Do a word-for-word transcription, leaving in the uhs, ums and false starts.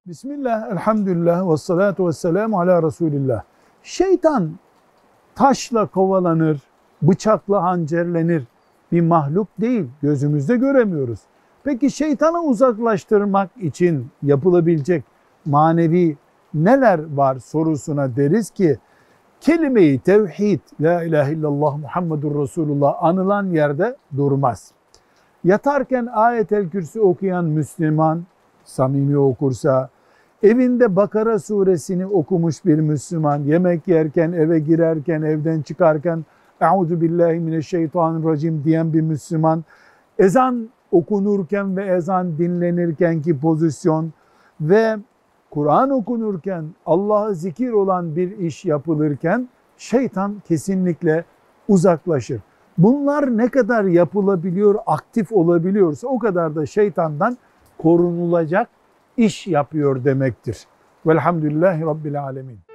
Bismillah, elhamdülillah, ve salatu ve selamu ala Resulillah. Şeytan taşla kovalanır, bıçakla hançerlenir bir mahluk değil, gözümüzde göremiyoruz. Peki şeytanı uzaklaştırmak için yapılabilecek manevi neler var sorusuna deriz ki, kelime-i tevhid, la ilahe illallah Muhammedur Resulullah anılan yerde durmaz. Yatarken ayet-el kürsü okuyan Müslüman, samimi okursa, evinde Bakara suresini okumuş bir Müslüman, yemek yerken, eve girerken, evden çıkarken "Euzu billahi mineşşeytanirracim" diyen bir Müslüman, ezan okunurken ve ezan dinlenirkenki pozisyon ve Kur'an okunurken, Allah'a zikir olan bir iş yapılırken şeytan kesinlikle uzaklaşır. Bunlar ne kadar yapılabiliyor, aktif olabiliyorsa o kadar da şeytandan korunulacak iş yapıyor demektir. Velhamdülillahi Rabbil Alemin.